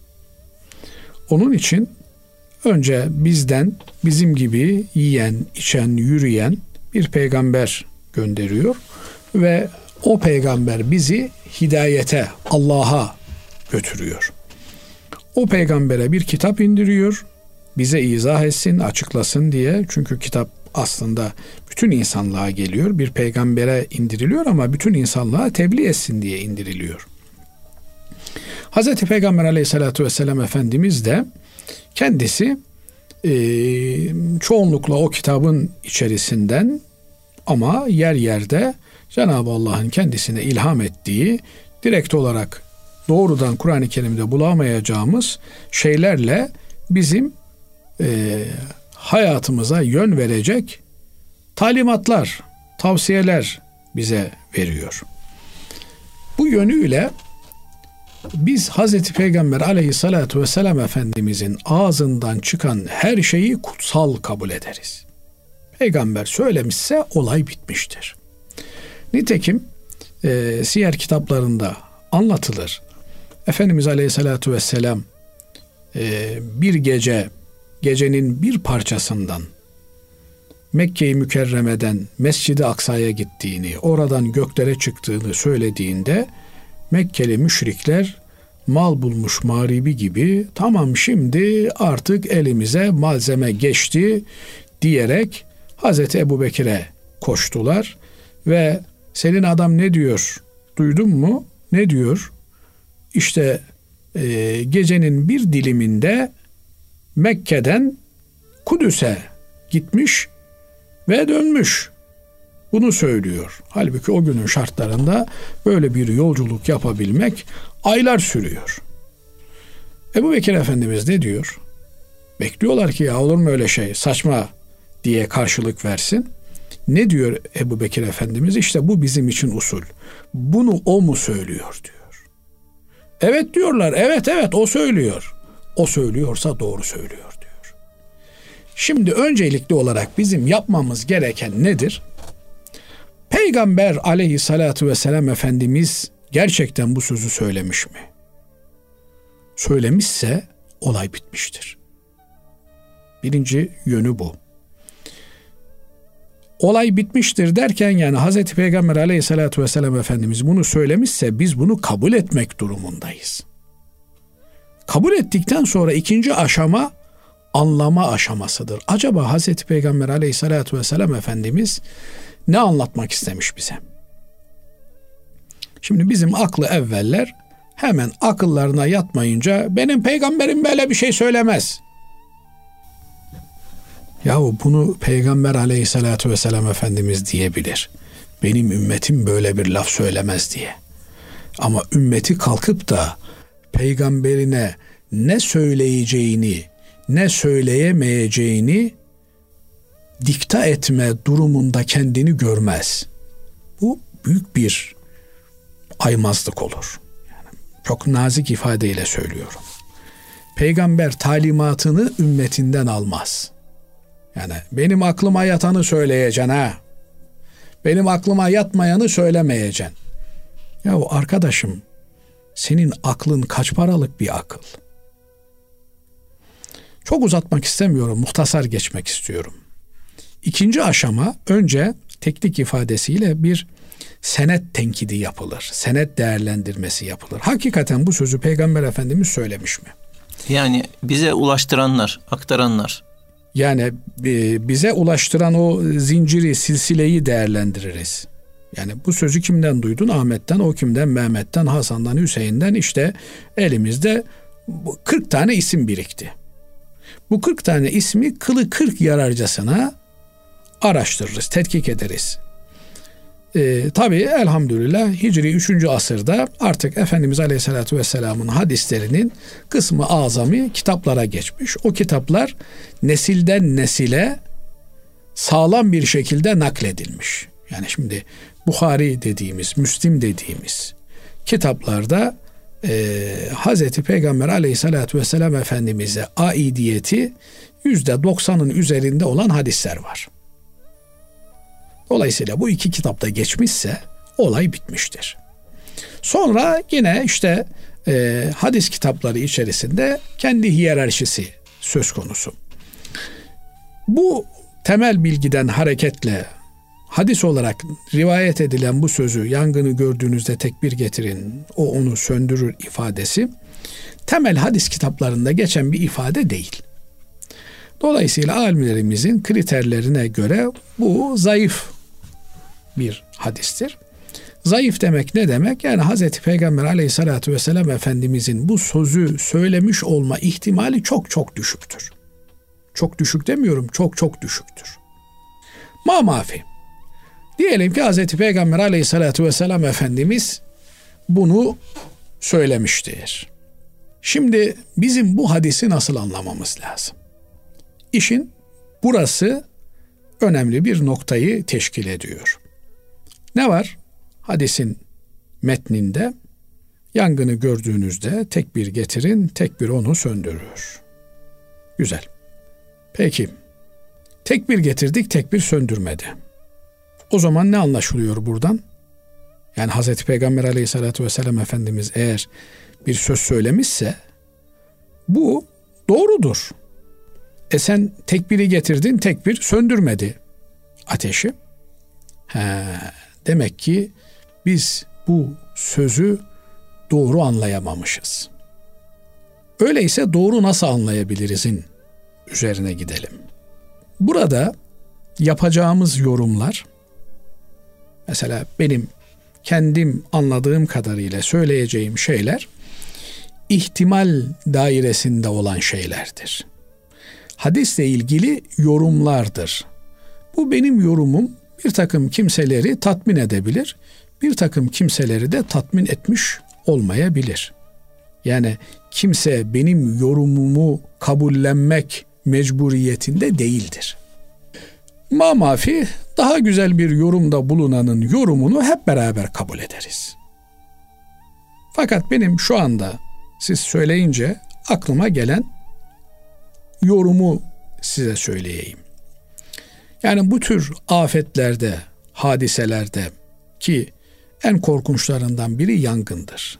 Onun için önce bizden bizim gibi yiyen, içen, yürüyen bir peygamber gönderiyor ve o peygamber bizi hidayete, Allah'a götürüyor. O peygambere bir kitap indiriyor, bize izah etsin, açıklasın diye. Çünkü kitap aslında bütün insanlığa geliyor. Bir peygambere indiriliyor ama bütün insanlığa tebliğ etsin diye indiriliyor. Hazreti Peygamber Aleyhisselatü Vesselam Efendimiz de kendisi çoğunlukla o kitabın içerisinden ama yer yerde Cenab-ı Allah'ın kendisine ilham ettiği, direkt olarak doğrudan Kur'an-ı Kerim'de bulamayacağımız şeylerle bizim hayatımıza yön verecek talimatlar, tavsiyeler bize veriyor. Bu yönüyle biz Hazreti Peygamber Aleyhisselatü Vesselam Efendimizin ağzından çıkan her şeyi kutsal kabul ederiz. Peygamber söylemişse olay bitmiştir. Nitekim siyer kitaplarında anlatılır. Efendimiz Aleyhisselatü Vesselam bir gecenin bir parçasından Mekke-i Mükerreme'den Mescid-i Aksa'ya gittiğini, oradan göklere çıktığını söylediğinde Mekkeli müşrikler mal bulmuş mağribi gibi tamam şimdi artık elimize malzeme geçti diyerek Hazreti Ebubekir'e koştular ve senin adam ne diyor duydun mu? Ne diyor? İşte gecenin bir diliminde Mekke'den Kudüs'e gitmiş ve dönmüş. Bunu söylüyor. Halbuki o günün şartlarında böyle bir yolculuk yapabilmek aylar sürüyor. Ebubekir Efendimiz ne diyor? Bekliyorlar ki ya olur mu öyle şey, saçma diye karşılık versin. Ne diyor Ebubekir Efendimiz? İşte bu bizim için usul. Bunu o mu söylüyor diyor. Evet diyorlar. Evet o söylüyor. O söylüyorsa doğru söylüyor diyor. Şimdi öncelikli olarak bizim yapmamız gereken nedir? Peygamber Aleyhisselatü Vesselam Efendimiz gerçekten bu sözü söylemiş mi? Söylemişse olay bitmiştir. Birinci yönü bu. Olay bitmiştir derken yani Hazreti Peygamber Aleyhisselatü Vesselam Efendimiz bunu söylemişse biz bunu kabul etmek durumundayız. Kabul ettikten sonra ikinci aşama anlama aşamasıdır. Acaba Hazreti Peygamber Aleyhisselatü Vesselam Efendimiz ne anlatmak istemiş bize? Şimdi bizim aklı evveller hemen akıllarına yatmayınca benim peygamberim böyle bir şey söylemez. Yahu bunu Peygamber Aleyhisselatü Vesselam Efendimiz diyebilir. Benim ümmetim böyle bir laf söylemez diye. Ama ümmeti kalkıp da peygamberine ne söyleyeceğini, ne söyleyemeyeceğini dikta etme durumunda kendini görmez. Bu büyük bir aymazlık olur. Yani çok nazik ifadeyle söylüyorum. Peygamber talimatını ümmetinden almaz. Yani benim aklıma yatanı söyleyeceksin ha. Benim aklıma yatmayanı söylemeyeceksin. Yahu arkadaşım, senin aklın kaç paralık bir akıl? Çok uzatmak istemiyorum, muhtasar geçmek istiyorum. İkinci aşama, önce teknik ifadesiyle bir senet tenkidi yapılır. Senet değerlendirmesi yapılır. Hakikaten bu sözü Peygamber Efendimiz söylemiş mi? Yani bize ulaştıranlar, aktaranlar. Yani bize ulaştıran o zinciri, silsileyi değerlendiririz. Yani bu sözü kimden duydun? Ahmet'ten, o kimden? Mehmet'ten, Hasan'dan, Hüseyin'den. İşte elimizde 40 tane isim birikti. Bu 40 tane ismi kılı 40 yararcasına araştırırız, tetkik ederiz. Tabii elhamdülillah Hicri 3. asırda artık Efendimiz Aleyhisselatü Vesselam'ın hadislerinin kısmı azami kitaplara geçmiş. O kitaplar nesilden nesile sağlam bir şekilde nakledilmiş. Yani şimdi Buhari dediğimiz, Müslim dediğimiz kitaplarda Hazreti Peygamber Aleyhisselatü Vesselam Efendimiz'e aidiyeti %90'ın üzerinde olan hadisler var. Dolayısıyla bu iki kitapta geçmişse olay bitmiştir. Sonra yine işte hadis kitapları içerisinde kendi hiyerarşisi söz konusu. Bu temel bilgiden hareketle hadis olarak rivayet edilen bu sözü, yangını gördüğünüzde tekbir getirin, o onu söndürür ifadesi temel hadis kitaplarında geçen bir ifade değil. Dolayısıyla alimlerimizin kriterlerine göre bu zayıf bir hadistir. Zayıf demek ne demek? Yani Hazreti Peygamber Aleyhisselatü Vesselam Efendimizin bu sözü söylemiş olma ihtimali çok çok düşüktür. Çok düşük demiyorum, çok çok düşüktür. Mafi. Diyelim ki Hazreti Peygamber Aleyhisselatü Vesselam Efendimiz bunu söylemiştir. Şimdi bizim bu hadisi nasıl anlamamız lazım? İşin burası önemli bir noktayı teşkil ediyor. Ne var? Hadisin metninde yangını gördüğünüzde tekbir getirin, tekbir onu söndürür. Güzel. Peki, tekbir getirdik, tekbir söndürmedi. O zaman ne anlaşılıyor buradan? Yani Hazreti Peygamber Aleyhisselatü Vesselam Efendimiz eğer bir söz söylemişse bu doğrudur. Sen tekbiri getirdin, tekbir söndürmedi ateşi. Demek ki biz bu sözü doğru anlayamamışız. Öyleyse doğru nasıl anlayabilirizin üzerine gidelim. Burada yapacağımız yorumlar, mesela benim kendim anladığım kadarıyla söyleyeceğim şeyler ihtimal dairesinde olan şeylerdir. Hadisle ilgili yorumlardır. Bu benim yorumum bir takım kimseleri tatmin edebilir, bir takım kimseleri de tatmin etmiş olmayabilir. Yani kimse benim yorumumu kabullenmek mecburiyetinde değildir. Mafi daha güzel bir yorumda bulunanın yorumunu hep beraber kabul ederiz. Fakat benim şu anda siz söyleyince aklıma gelen yorumu size söyleyeyim. Yani bu tür afetlerde, hadiselerde ki en korkunçlarından biri yangındır.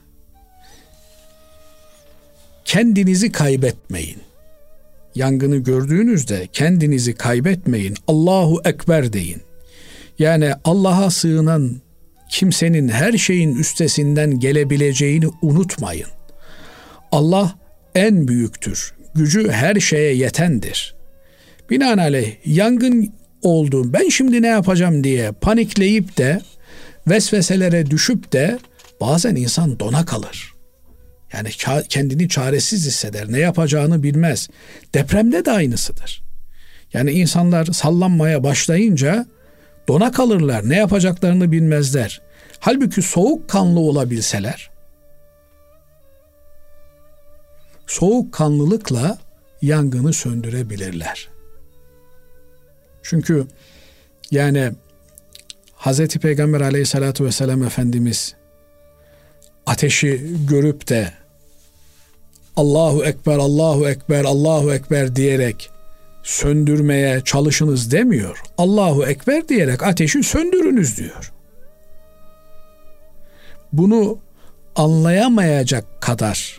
Kendinizi kaybetmeyin. Yangını gördüğünüzde kendinizi kaybetmeyin. Allahu Ekber deyin. Yani Allah'a sığınan kimsenin her şeyin üstesinden gelebileceğini unutmayın. Allah en büyüktür. Gücü her şeye yetendir. Binaenaleyh yangın oldu, ben şimdi ne yapacağım diye panikleyip de vesveselere düşüp de bazen insan dona kalır. Yani kendini çaresiz hisseder, ne yapacağını bilmez. Depremde de aynısıdır. Yani insanlar sallanmaya başlayınca dona kalırlar, ne yapacaklarını bilmezler. Halbuki soğukkanlı olabilseler, soğukkanlılıkla yangını söndürebilirler. Çünkü yani Hazreti Peygamber Aleyhisselatü Vesselam Efendimiz ateşi görüp de Allahu Ekber, Allahu Ekber, Allahu Ekber diyerek söndürmeye çalışınız demiyor. Allahu Ekber diyerek ateşi söndürünüz diyor. Bunu anlayamayacak kadar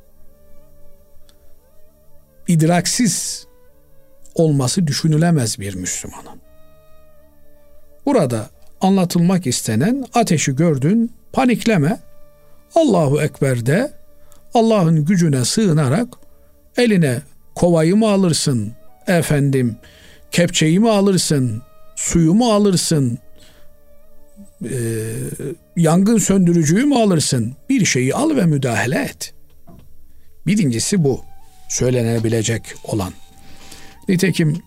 idraksiz olması düşünülemez bir Müslümanın. Burada anlatılmak istenen ateşi gördün, panikleme, Allahu Ekber de, Allah'ın gücüne sığınarak eline kovayı mı alırsın, kepçeyi mi alırsın, suyu mu alırsın, yangın söndürücüyü mü alırsın, bir şeyi al ve müdahale et. Birincisi bu söylenebilecek olan. Nitekim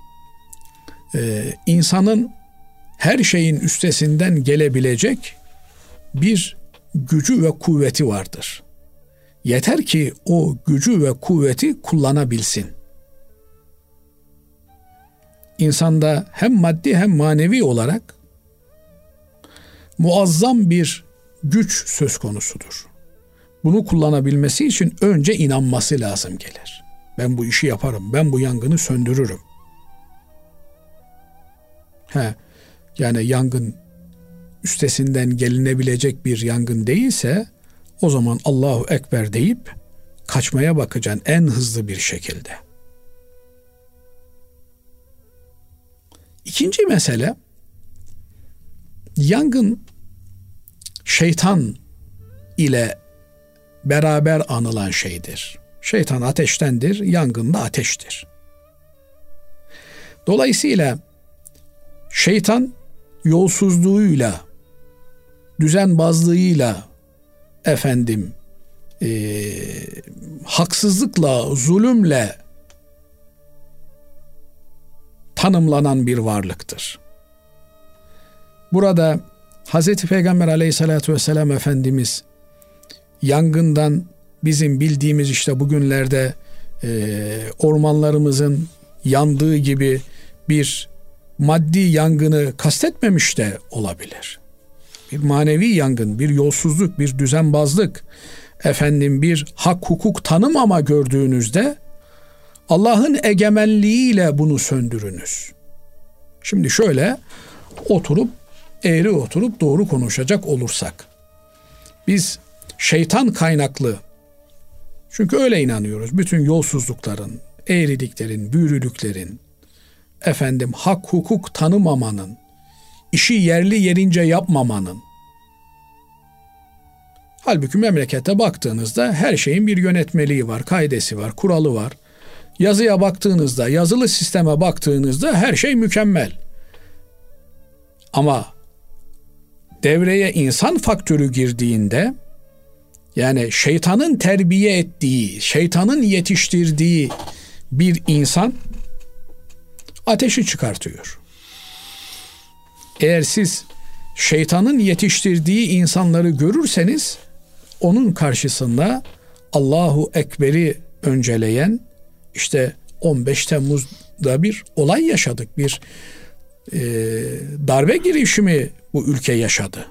insanın her şeyin üstesinden gelebilecek bir gücü ve kuvveti vardır. Yeter ki o gücü ve kuvveti kullanabilsin. İnsanda hem maddi hem manevi olarak muazzam bir güç söz konusudur. Bunu kullanabilmesi için önce inanması lazım gelir. Ben bu işi yaparım. Ben bu yangını söndürürüm. Yani yangın üstesinden gelinebilecek bir yangın değilse o zaman Allahu Ekber deyip kaçmaya bakacaksın en hızlı bir şekilde. İkinci mesele, yangın şeytan ile beraber anılan şeydir. Şeytan ateştendir, yangın da ateştir. Dolayısıyla şeytan yolsuzluğuyla, düzenbazlığıyla, haksızlıkla, zulümle tanımlanan bir varlıktır. Burada Hazreti Peygamber Aleyhisselatü Vesselam Efendimiz yangından bizim bildiğimiz işte bugünlerde ormanlarımızın yandığı gibi bir maddi yangını kastetmemiş de olabilir. Bir manevi yangın, bir yolsuzluk, bir düzenbazlık, bir hak hukuk tanımama gördüğünüzde Allah'ın egemenliğiyle bunu söndürünüz. Şimdi şöyle eğri oturup doğru konuşacak olursak, biz şeytan kaynaklı, çünkü öyle inanıyoruz, bütün yolsuzlukların, eğriliklerin, büyürülüklerin, hak hukuk tanımamanın, işi yerli yerince yapmamanın, halbuki memlekete baktığınızda her şeyin bir yönetmeliği var, kaidesi var, kuralı var. Yazıya baktığınızda, yazılı sisteme baktığınızda her şey mükemmel. Ama devreye insan faktörü girdiğinde, yani şeytanın terbiye ettiği, şeytanın yetiştirdiği bir insan ateşi çıkartıyor. Eğer siz şeytanın yetiştirdiği insanları görürseniz, onun karşısında Allahu Ekber'i önceleyen, işte 15 Temmuz'da bir olay yaşadık, bir darbe girişimi bu ülke yaşadı.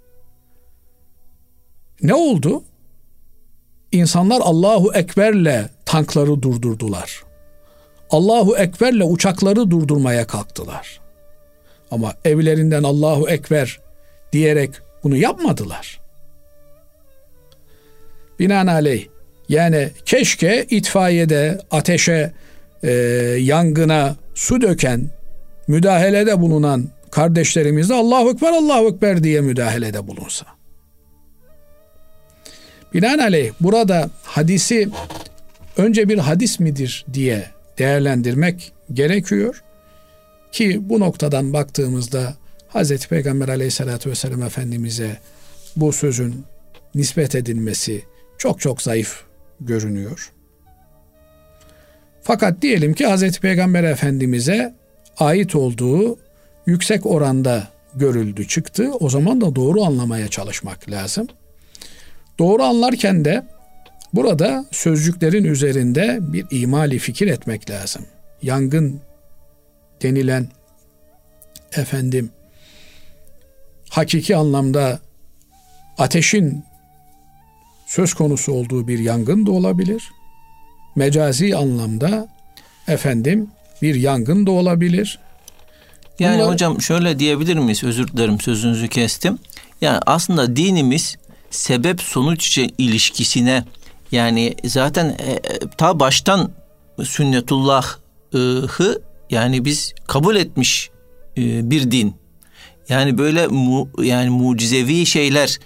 Ne oldu? İnsanlar Allahu Ekber'le tankları durdurdular. Allahu Ekber'le uçakları durdurmaya kalktılar. Ama evlerinden Allahu Ekber diyerek bunu yapmadılar. Binaenaleyh, yani keşke itfaiyede ateşe, yangına su döken, müdahalede bulunan kardeşlerimiz de Allahu Ekber, Allahu Ekber diye müdahalede bulunsa. Binaenaleyh burada hadisi önce bir hadis midir diye değerlendirmek gerekiyor ki bu noktadan baktığımızda Hazreti Peygamber Aleyhisselatü Vesselam Efendimiz'e bu sözün nispet edilmesi çok çok zayıf görünüyor. Fakat diyelim ki Hazreti Peygamber Efendimiz'e ait olduğu yüksek oranda görüldü, çıktı. O zaman da doğru anlamaya çalışmak lazım. Doğru anlarken de burada sözcüklerin üzerinde bir imali fikir etmek lazım. Yangın denilen hakiki anlamda ateşin söz konusu olduğu bir yangın da olabilir. Mecazi anlamda bir yangın da olabilir. Yani hocam şöyle diyebilir miyiz? Özür dilerim, sözünüzü kestim. Yani aslında dinimiz sebep sonuç ilişkisine, yani zaten ta baştan sünnetullah'ı yani biz kabul etmiş bir din. Yani böyle yani mucizevi şeyler,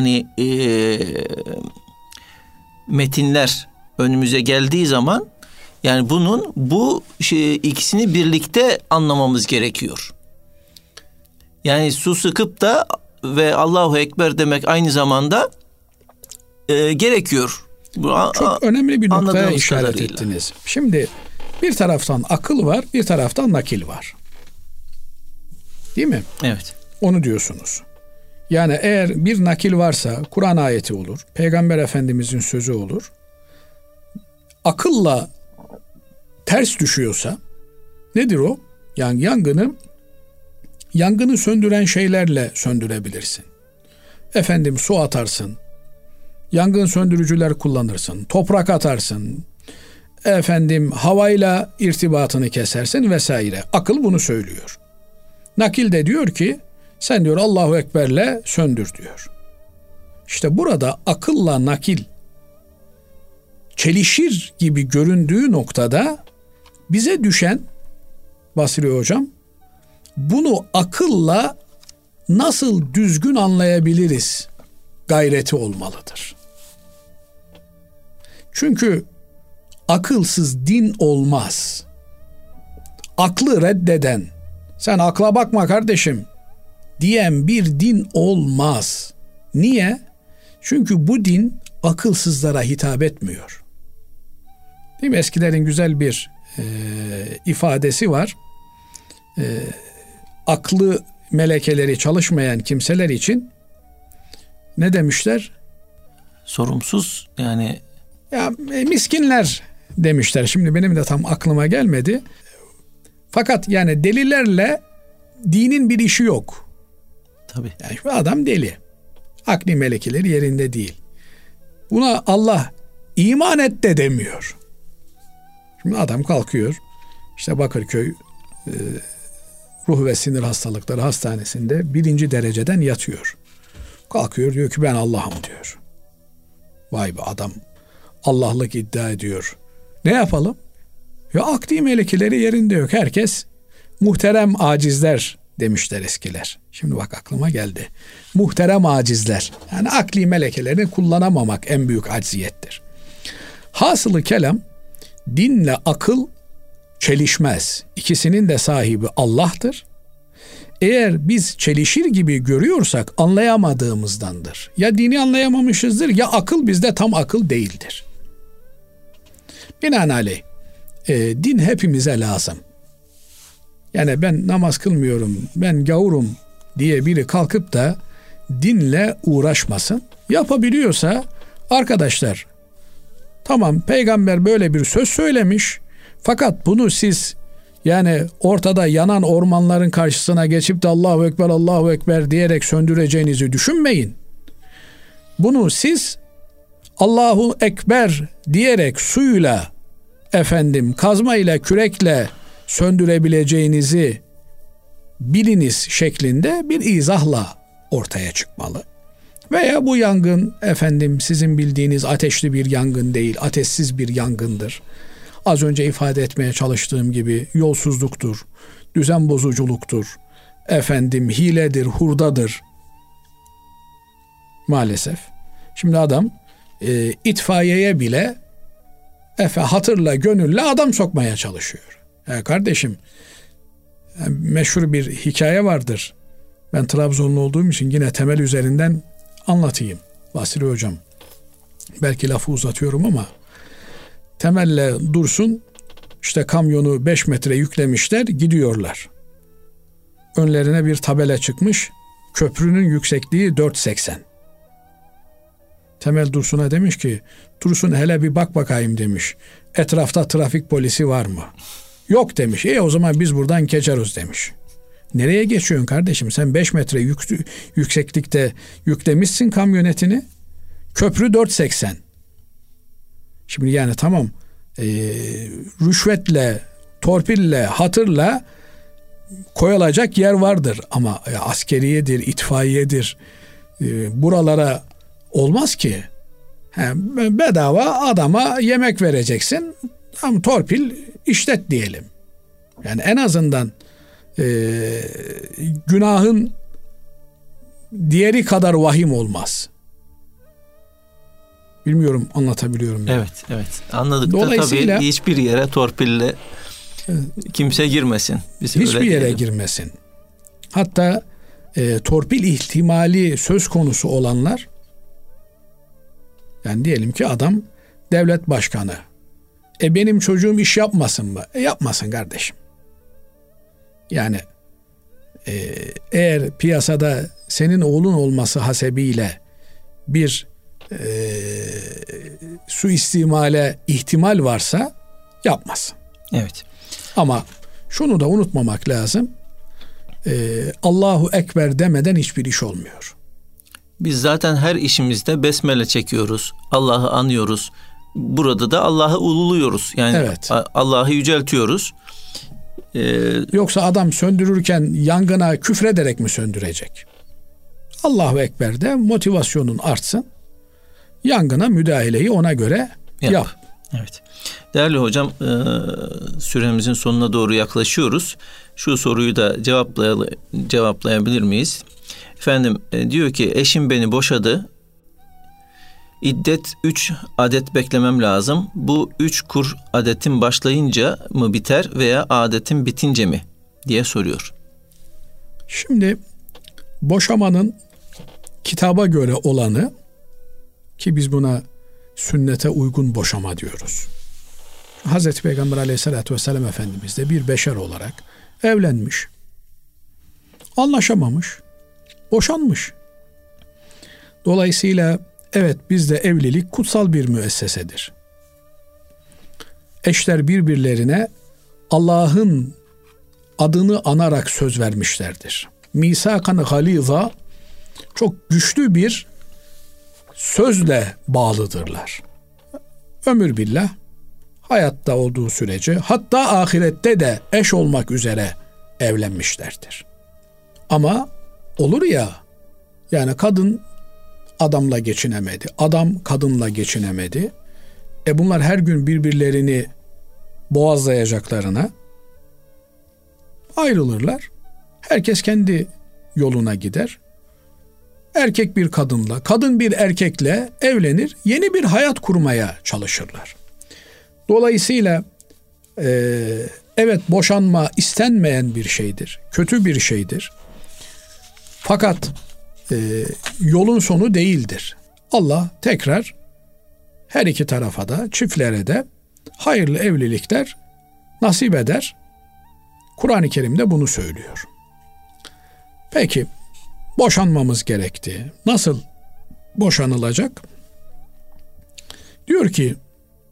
metinler önümüze geldiği zaman yani bu ikisini birlikte anlamamız gerekiyor. Yani su sıkıp da ve Allahu Ekber demek aynı zamanda gerekiyor. Çok önemli bir noktaya işaret ettiniz. Şimdi bir taraftan akıl var, bir taraftan nakil var. Değil mi? Evet. Onu diyorsunuz. Yani eğer bir nakil varsa Kur'an ayeti olur, Peygamber Efendimizin sözü olur. Akılla ters düşüyorsa nedir o? Yani yangını söndüren şeylerle söndürebilirsin. Su atarsın. Yangın söndürücüler kullanırsın. Toprak atarsın. havayla irtibatını kesersin vesaire. Akıl bunu söylüyor. Nakil de diyor ki sen diyor Allahu Ekber'le söndür diyor. İşte burada akılla nakil çelişir gibi göründüğü noktada bize düşen Basri Hocam bunu akılla nasıl düzgün anlayabiliriz gayreti olmalıdır. Çünkü akılsız din olmaz. Aklı reddeden, sen akla bakma kardeşim diyen bir din olmaz. Niye? Çünkü bu din akılsızlara hitap etmiyor. Değil mi? Eskilerin güzel bir ifadesi var. Aklı melekeleri çalışmayan kimseler için ne demişler? Sorumsuz yani. Ya miskinler demişler. Şimdi benim de tam aklıma gelmedi. Fakat yani delilerle dinin bir işi yok. Tabii. Yani şu adam deli. Akli melekeleri yerinde değil. Buna Allah iman et de demiyor. Şimdi adam kalkıyor. İşte Bakırköy Ruh ve Sinir Hastalıkları Hastanesi'nde 1. dereceden yatıyor. Kalkıyor diyor ki ben Allah'ım diyor. Vay be adam Allah'lık iddia ediyor. Ne yapalım? Ya akli melekeleri yerinde yok. Herkes muhterem acizler demişler eskiler. Şimdi bak aklıma geldi. Muhterem acizler. Yani akli melekelerini kullanamamak en büyük acziyettir. Hasılı kelam dinle akıl çelişmez. İkisinin de sahibi Allah'tır. Eğer biz çelişir gibi görüyorsak anlayamadığımızdandır. Ya dini anlayamamışızdır ya akıl bizde tam akıl değildir. Binaenaleyh din hepimize lazım. Yani ben namaz kılmıyorum, ben gavurum diye biri kalkıp da dinle uğraşmasın. Yapabiliyorsa arkadaşlar tamam peygamber böyle bir söz söylemiş fakat bunu siz yani ortada yanan ormanların karşısına geçip de Allahu Ekber diyerek söndüreceğinizi düşünmeyin. Bunu siz Allahu Ekber diyerek suyla kazmayla kürekle söndürebileceğinizi biliniz şeklinde bir izahla ortaya çıkmalı. Veya bu yangın sizin bildiğiniz ateşli bir yangın değil, ateşsiz bir yangındır. Az önce ifade etmeye çalıştığım gibi yolsuzluktur, düzen bozuculuktur, hiledir, hurdadır. Maalesef. Şimdi adam itfaiyeye bile hatırla gönülle adam sokmaya çalışıyor. Kardeşim meşhur bir hikaye vardır. Ben Trabzonlu olduğum için yine temel üzerinden anlatayım. Basri Hocam. Belki lafı uzatıyorum ama Temelle Dursun işte kamyonu 5 metre yüklemişler gidiyorlar. Önlerine bir tabela çıkmış. Köprünün yüksekliği 4.80. Temel Dursun'a demiş ki Dursun hele bir bak bakayım demiş. Etrafta trafik polisi var mı? Yok demiş. O zaman biz buradan geçeriz demiş. Nereye geçiyorsun kardeşim? Sen 5 metre yükseklikte yüklemişsin kamyonetini. Köprü 4.80. Şimdi yani tamam rüşvetle, torpille, hatırla koyulacak yer vardır. Ama askeriyedir, itfaiyedir. Buralara olmaz ki. Bedava adama yemek vereceksin. Tam torpil işlet diyelim. Yani en azından günahın diğeri kadar vahim olmaz. Bilmiyorum anlatabiliyorum. Evet. Anladık da tabii hiçbir yere torpille kimse girmesin. Hiçbir yere girmesin. Hatta torpil ihtimali söz konusu olanlar yani diyelim ki adam devlet başkanı. Benim çocuğum iş yapmasın mı? Yapmasın kardeşim. Yani eğer piyasada senin oğlun olması hasebiyle bir suistimale ihtimal varsa yapmasın. Evet. Ama şunu da unutmamak lazım. Allahu Ekber demeden hiçbir iş olmuyor. Biz zaten her işimizde besmele çekiyoruz. Allah'ı anıyoruz. burada da Allah'ı ululuyoruz. Yani evet. Allah'ı yüceltiyoruz. Yoksa adam söndürürken yangına küfrederek mi söndürecek? Allahu Ekber'de motivasyonun artsın. Yangına müdahaleyi ona göre yap. Evet. Değerli hocam, süremizin sonuna doğru yaklaşıyoruz. Şu soruyu da cevaplayabilir miyiz? Efendim, diyor ki eşim beni boşadı. İddet 3 adet beklemem lazım. Bu 3 kur adetim başlayınca mı biter veya adetim bitince mi diye soruyor. Şimdi boşamanın kitaba göre olanı, ki biz buna sünnete uygun boşama diyoruz. Hazreti Peygamber Aleyhisselatü Vesselam Efendimiz de bir beşer olarak evlenmiş, anlaşamamış, boşanmış. Dolayısıyla evet, bizde evlilik kutsal bir müessesedir. Eşler birbirlerine Allah'ın adını anarak söz vermişlerdir. Misakan galiza, çok güçlü bir sözle bağlıdırlar. Ömür billah, hayatta olduğu sürece, hatta ahirette de eş olmak üzere evlenmişlerdir. Ama olur ya, yani kadın adamla geçinemedi, adam kadınla geçinemedi. Bunlar her gün birbirlerini boğazlayacaklarına ayrılırlar. Herkes kendi yoluna gider. Erkek bir kadınla, kadın bir erkekle evlenir, yeni bir hayat kurmaya çalışırlar. Dolayısıyla evet, boşanma istenmeyen bir şeydir, kötü bir şeydir. Fakat yolun sonu değildir. Allah tekrar her iki tarafa da, çiftlere de hayırlı evlilikler nasip eder. Kur'an-ı Kerim'de bunu söylüyor. Peki, boşanmamız gerekti. Nasıl boşanılacak? Diyor ki,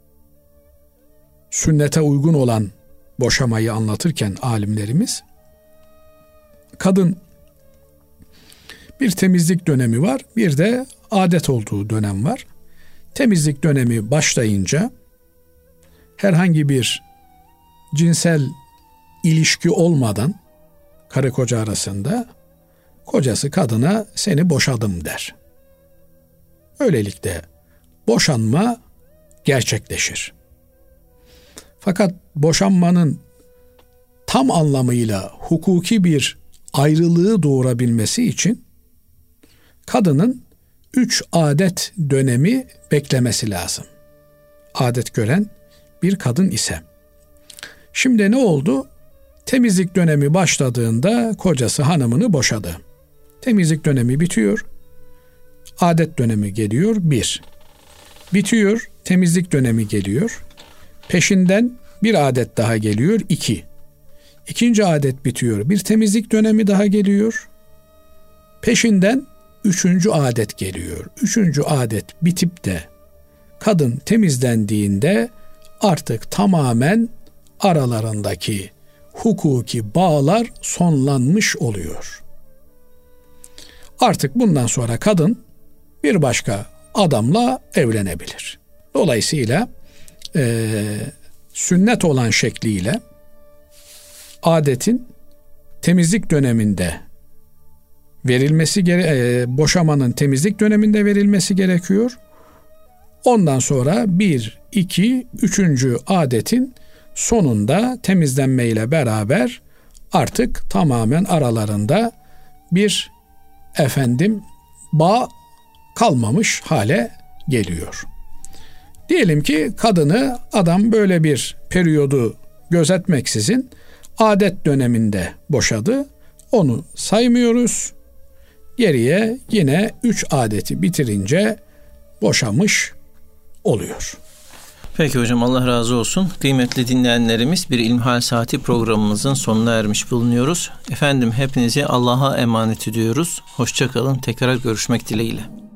sünnete uygun olan boşamayı anlatırken alimlerimiz, kadın bir temizlik dönemi var, bir de adet olduğu dönem var. Temizlik dönemi başlayınca herhangi bir cinsel ilişki olmadan karı koca arasında kocası kadına seni boşadım der. Öylelikle boşanma gerçekleşir. Fakat boşanmanın tam anlamıyla hukuki bir ayrılığı doğurabilmesi için kadının 3 adet dönemi beklemesi lazım. Adet gören bir kadın ise. Şimdi ne oldu? Temizlik dönemi başladığında kocası hanımını boşadı. Temizlik dönemi bitiyor. Adet dönemi geliyor. 1. Bitiyor. Temizlik dönemi geliyor. Peşinden bir adet daha geliyor. 2. İkinci adet bitiyor. Bir temizlik dönemi daha geliyor. Peşinden 3. adet geliyor. 3. adet bitip de kadın temizlendiğinde artık tamamen aralarındaki hukuki bağlar sonlanmış oluyor. Artık bundan sonra kadın bir başka adamla evlenebilir. Dolayısıyla sünnet olan şekliyle adetin temizlik döneminde verilmesi boşamanın temizlik döneminde verilmesi gerekiyor. Ondan sonra 1, 2, 3. adetin sonunda temizlenmeyle beraber artık tamamen aralarında bir bağ kalmamış hale geliyor. Diyelim ki kadını adam böyle bir periyodu gözetmeksizin adet döneminde boşadı. Onu saymıyoruz. Geriye yine 3 adeti bitirince boşamış oluyor. Peki hocam, Allah razı olsun. Kıymetli dinleyenlerimiz, bir İlmihal Saati programımızın sonuna ermiş bulunuyoruz. Efendim, hepinizi Allah'a emanet ediyoruz. Hoşça kalın. Tekrar görüşmek dileğiyle.